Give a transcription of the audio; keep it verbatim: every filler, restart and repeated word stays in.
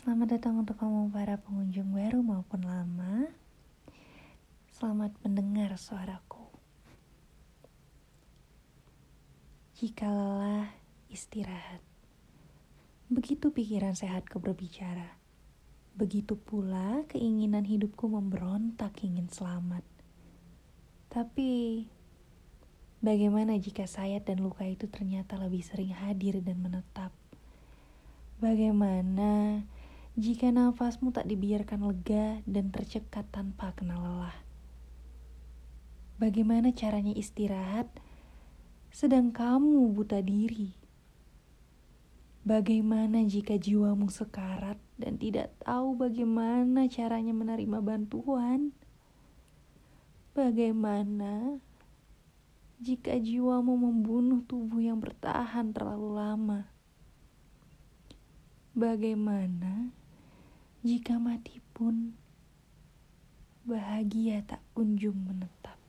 Selamat datang untuk kamu para pengunjung baru maupun lama. Selamat mendengar suaraku. Jika lelah, istirahat. Begitu pikiran sehatku berbicara. Begitu pula keinginan hidupku memberontak ingin selamat. Tapi, bagaimana jika sayat dan luka itu ternyata lebih sering hadir dan menetap? Bagaimana jika nafasmu tak dibiarkan lega dan tercekat tanpa kenal lelah? Bagaimana caranya istirahat sedang kamu buta diri? Bagaimana jika jiwamu sekarat dan tidak tahu bagaimana caranya menerima bantuan? Bagaimana jika jiwamu membunuh tubuh yang bertahan terlalu lama? Bagaimana jika mati pun bahagia tak kunjung menetap?